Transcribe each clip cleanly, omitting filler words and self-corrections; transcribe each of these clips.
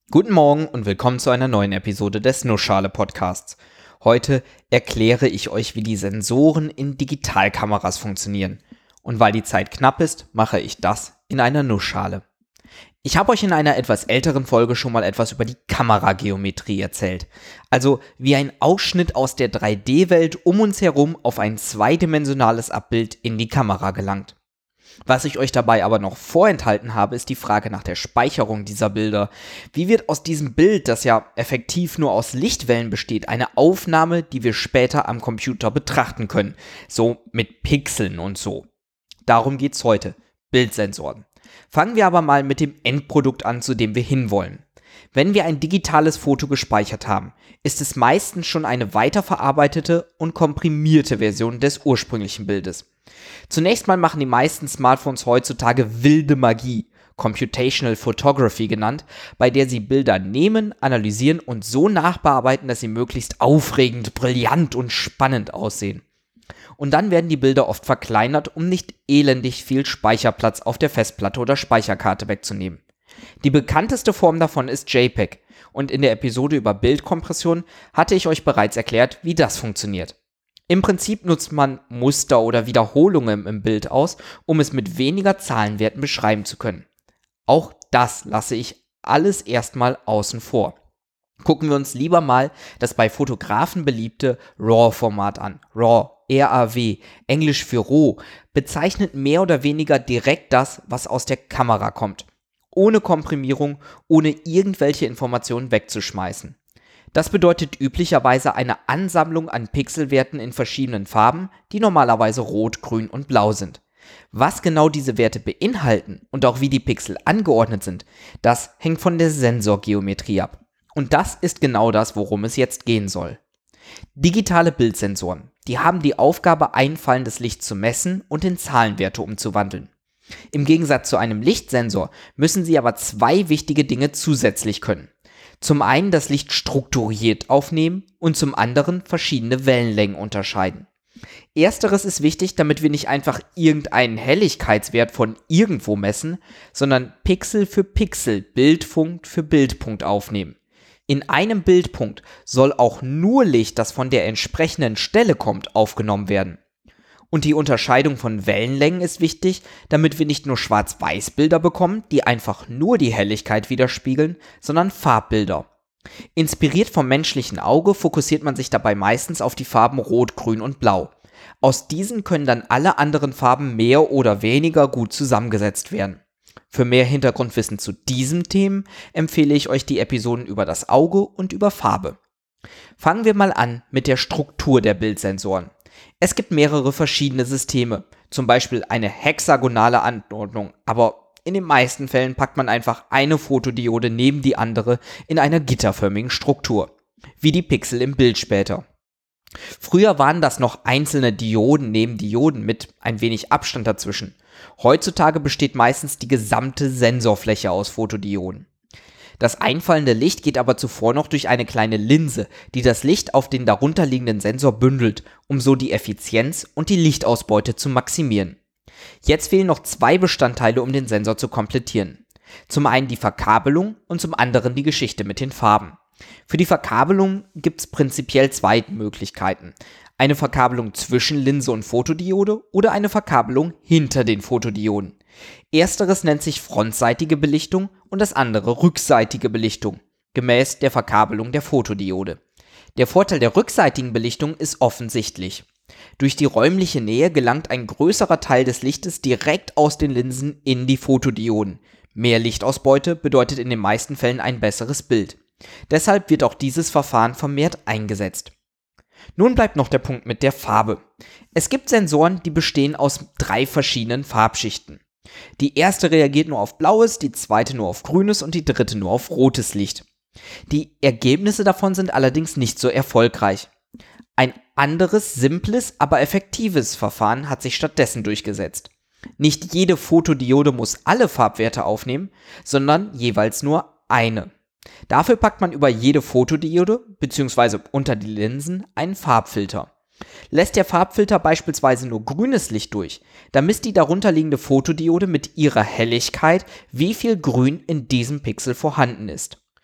Guten Morgen und willkommen zu einer neuen Episode des Nussschale Podcasts. Heute erkläre ich euch, wie die Sensoren in Digitalkameras funktionieren. Und weil die Zeit knapp ist, mache ich das in einer Nussschale. Ich habe euch in einer etwas älteren Folge schon mal etwas über die Kamerageometrie erzählt. Also wie ein Ausschnitt aus der 3D-Welt um uns herum auf ein zweidimensionales Abbild in die Kamera gelangt. Was ich euch dabei aber noch vorenthalten habe, ist die Frage nach der Speicherung dieser Bilder. Wie wird aus diesem Bild, das ja effektiv nur aus Lichtwellen besteht, eine Aufnahme, die wir später am Computer betrachten können? So mit Pixeln und so. Darum geht's heute. Bildsensoren. Fangen wir aber mal mit dem Endprodukt an, zu dem wir hinwollen. Wenn wir ein digitales Foto gespeichert haben, ist es meistens schon eine weiterverarbeitete und komprimierte Version des ursprünglichen Bildes. Zunächst mal machen die meisten Smartphones heutzutage wilde Magie, Computational Photography genannt, bei der sie Bilder nehmen, analysieren und so nachbearbeiten, dass sie möglichst aufregend, brillant und spannend aussehen. Und dann werden die Bilder oft verkleinert, um nicht elendig viel Speicherplatz auf der Festplatte oder Speicherkarte wegzunehmen. Die bekannteste Form davon ist JPEG und in der Episode über Bildkompression hatte ich euch bereits erklärt, wie das funktioniert. Im Prinzip nutzt man Muster oder Wiederholungen im Bild aus, um es mit weniger Zahlenwerten beschreiben zu können. Auch das lasse ich alles erstmal außen vor. Gucken wir uns lieber mal das bei Fotografen beliebte RAW-Format an. RAW, R-A-W, Englisch für roh, bezeichnet mehr oder weniger direkt das, was aus der Kamera kommt. Ohne Komprimierung, ohne irgendwelche Informationen wegzuschmeißen. Das bedeutet üblicherweise eine Ansammlung an Pixelwerten in verschiedenen Farben, die normalerweise rot, grün und blau sind. Was genau diese Werte beinhalten und auch wie die Pixel angeordnet sind, das hängt von der Sensorgeometrie ab. Und das ist genau das, worum es jetzt gehen soll. Digitale Bildsensoren, die haben die Aufgabe, einfallendes Licht zu messen und in Zahlenwerte umzuwandeln. Im Gegensatz zu einem Lichtsensor müssen sie aber zwei wichtige Dinge zusätzlich können. Zum einen das Licht strukturiert aufnehmen und zum anderen verschiedene Wellenlängen unterscheiden. Ersteres ist wichtig, damit wir nicht einfach irgendeinen Helligkeitswert von irgendwo messen, sondern Pixel für Pixel, Bildpunkt für Bildpunkt aufnehmen. In einem Bildpunkt soll auch nur Licht, das von der entsprechenden Stelle kommt, aufgenommen werden. Und die Unterscheidung von Wellenlängen ist wichtig, damit wir nicht nur Schwarz-Weiß-Bilder bekommen, die einfach nur die Helligkeit widerspiegeln, sondern Farbbilder. Inspiriert vom menschlichen Auge fokussiert man sich dabei meistens auf die Farben Rot, Grün und Blau. Aus diesen können dann alle anderen Farben mehr oder weniger gut zusammengesetzt werden. Für mehr Hintergrundwissen zu diesem Thema empfehle ich euch die Episoden über das Auge und über Farbe. Fangen wir mal an mit der Struktur der Bildsensoren. Es gibt mehrere verschiedene Systeme, zum Beispiel eine hexagonale Anordnung, aber in den meisten Fällen packt man einfach eine Fotodiode neben die andere in einer gitterförmigen Struktur, wie die Pixel im Bild später. Früher waren das noch einzelne Dioden neben Dioden mit ein wenig Abstand dazwischen. Heutzutage besteht meistens die gesamte Sensorfläche aus Fotodioden. Das einfallende Licht geht aber zuvor noch durch eine kleine Linse, die das Licht auf den darunterliegenden Sensor bündelt, um so die Effizienz und die Lichtausbeute zu maximieren. Jetzt fehlen noch zwei Bestandteile, um den Sensor zu komplettieren. Zum einen die Verkabelung und zum anderen die Geschichte mit den Farben. Für die Verkabelung gibt es prinzipiell zwei Möglichkeiten. Eine Verkabelung zwischen Linse und Fotodiode oder eine Verkabelung hinter den Fotodioden. Ersteres nennt sich frontseitige Belichtung und das andere rückseitige Belichtung, gemäß der Verkabelung der Fotodiode. Der Vorteil der rückseitigen Belichtung ist offensichtlich. Durch die räumliche Nähe gelangt ein größerer Teil des Lichtes direkt aus den Linsen in die Fotodioden. Mehr Lichtausbeute bedeutet in den meisten Fällen ein besseres Bild. Deshalb wird auch dieses Verfahren vermehrt eingesetzt. Nun bleibt noch der Punkt mit der Farbe. Es gibt Sensoren, die bestehen aus 3 verschiedenen Farbschichten. Die erste reagiert nur auf blaues, die zweite nur auf grünes und die dritte nur auf rotes Licht. Die Ergebnisse davon sind allerdings nicht so erfolgreich. Ein anderes, simples, aber effektives Verfahren hat sich stattdessen durchgesetzt. Nicht jede Fotodiode muss alle Farbwerte aufnehmen, sondern jeweils nur eine. Dafür packt man über jede Fotodiode bzw. unter die Linsen einen Farbfilter. Lässt der Farbfilter beispielsweise nur grünes Licht durch, dann misst die darunterliegende Fotodiode mit ihrer Helligkeit, wie viel Grün in diesem Pixel vorhanden ist.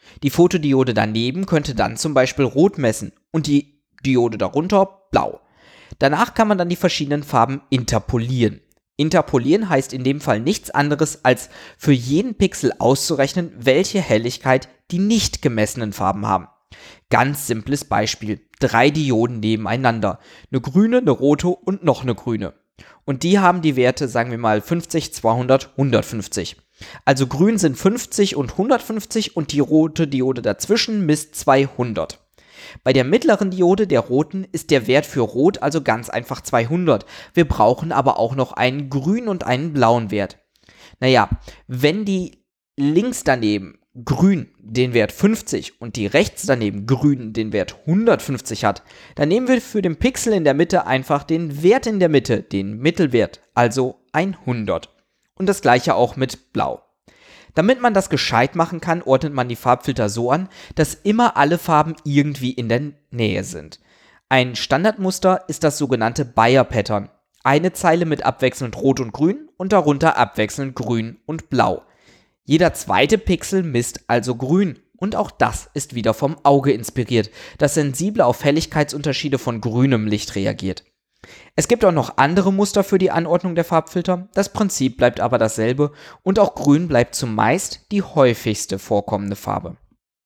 Die Fotodiode daneben könnte dann zum Beispiel rot messen und die Diode darunter blau. Danach kann man dann die verschiedenen Farben interpolieren. Interpolieren heißt in dem Fall nichts anderes, als für jeden Pixel auszurechnen, welche Helligkeit die nicht gemessenen Farben haben. Ganz simples Beispiel: 3 Dioden nebeneinander. Eine grüne, eine rote und noch eine grüne. Und die haben die Werte, sagen wir mal 50, 200, 150. Also grün sind 50 und 150 und die rote Diode dazwischen misst 200. Bei der mittleren Diode, der roten, ist der Wert für rot also ganz einfach 200. Wir brauchen aber auch noch einen grünen und einen blauen Wert. Naja, wenn die links daneben grün den Wert 50 und die rechts daneben grün den Wert 150 hat, dann nehmen wir für den Pixel in der Mitte einfach den Wert in der Mitte, den Mittelwert, also 100. Und das gleiche auch mit blau. Damit man das gescheit machen kann, ordnet man die Farbfilter so an, dass immer alle Farben irgendwie in der Nähe sind. Ein Standardmuster ist das sogenannte Bayer-Pattern. Eine Zeile mit abwechselnd Rot und Grün und darunter abwechselnd Grün und Blau. Jeder zweite Pixel misst also grün und auch das ist wieder vom Auge inspiriert, das sensibel auf Helligkeitsunterschiede von grünem Licht reagiert. Es gibt auch noch andere Muster für die Anordnung der Farbfilter, das Prinzip bleibt aber dasselbe und auch grün bleibt zumeist die häufigste vorkommende Farbe.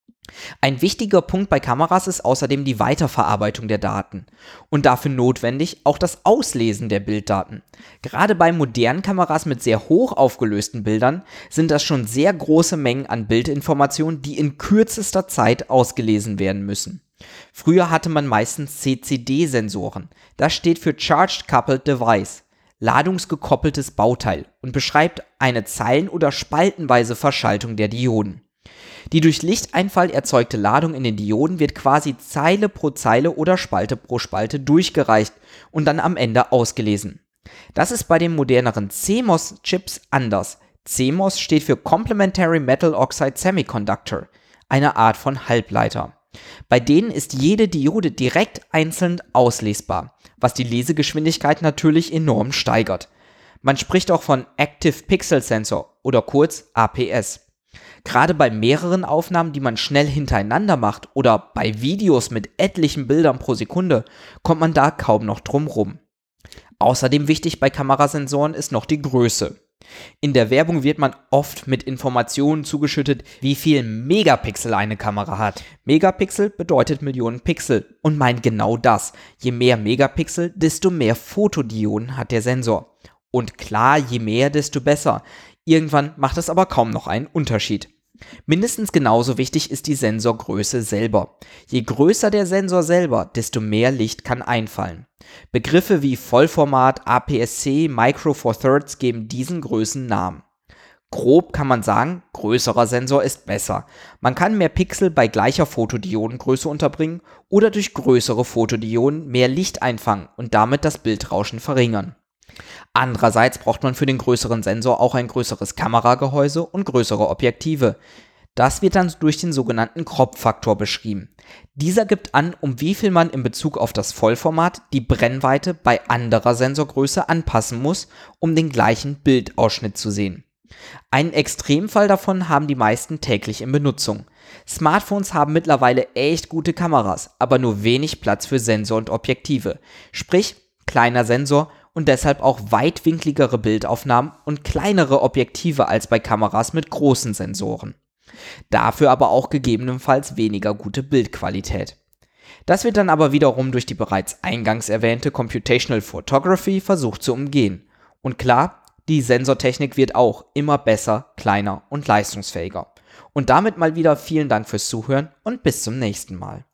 Ein wichtiger Punkt bei Kameras ist außerdem die Weiterverarbeitung der Daten und dafür notwendig auch das Auslesen der Bilddaten. Gerade bei modernen Kameras mit sehr hoch aufgelösten Bildern sind das schon sehr große Mengen an Bildinformationen, die in kürzester Zeit ausgelesen werden müssen. Früher hatte man meistens CCD-Sensoren. Das steht für Charged Coupled Device, ladungsgekoppeltes Bauteil, und beschreibt eine zeilen- oder spaltenweise Verschaltung der Dioden. Die durch Lichteinfall erzeugte Ladung in den Dioden wird quasi Zeile pro Zeile oder Spalte pro Spalte durchgereicht und dann am Ende ausgelesen. Das ist bei den moderneren CMOS-Chips anders. CMOS steht für Complementary Metal Oxide Semiconductor, eine Art von Halbleiter. Bei denen ist jede Diode direkt einzeln auslesbar, was die Lesegeschwindigkeit natürlich enorm steigert. Man spricht auch von Active Pixel Sensor oder kurz APS. Gerade bei mehreren Aufnahmen, die man schnell hintereinander macht oder bei Videos mit etlichen Bildern pro Sekunde, kommt man da kaum noch drum rum. Außerdem wichtig bei Kamerasensoren ist noch die Größe. In der Werbung wird man oft mit Informationen zugeschüttet, wie viel Megapixel eine Kamera hat. Megapixel bedeutet Millionen Pixel und meint genau das. Je mehr Megapixel, desto mehr Fotodioden hat der Sensor. Und klar, je mehr, desto besser. Irgendwann macht es aber kaum noch einen Unterschied. Mindestens genauso wichtig ist die Sensorgröße selber. Je größer der Sensor selber, desto mehr Licht kann einfallen. Begriffe wie Vollformat, APS-C, Micro Four Thirds geben diesen Größen Namen. Grob kann man sagen, größerer Sensor ist besser. Man kann mehr Pixel bei gleicher Fotodiodengröße unterbringen oder durch größere Fotodioden mehr Licht einfangen und damit das Bildrauschen verringern. Andererseits braucht man für den größeren Sensor auch ein größeres Kameragehäuse und größere Objektive. Das wird dann durch den sogenannten Crop-Faktor beschrieben. Dieser gibt an, um wie viel man in Bezug auf das Vollformat die Brennweite bei anderer Sensorgröße anpassen muss, um den gleichen Bildausschnitt zu sehen. Einen Extremfall davon haben die meisten täglich in Benutzung. Smartphones haben mittlerweile echt gute Kameras, aber nur wenig Platz für Sensor und Objektive. Sprich, kleiner Sensor und deshalb auch weitwinkligere Bildaufnahmen und kleinere Objektive als bei Kameras mit großen Sensoren. Dafür aber auch gegebenenfalls weniger gute Bildqualität. Das wird dann aber wiederum durch die bereits eingangs erwähnte Computational Photography versucht zu umgehen. Und klar, die Sensortechnik wird auch immer besser, kleiner und leistungsfähiger. Und damit mal wieder vielen Dank fürs Zuhören und bis zum nächsten Mal.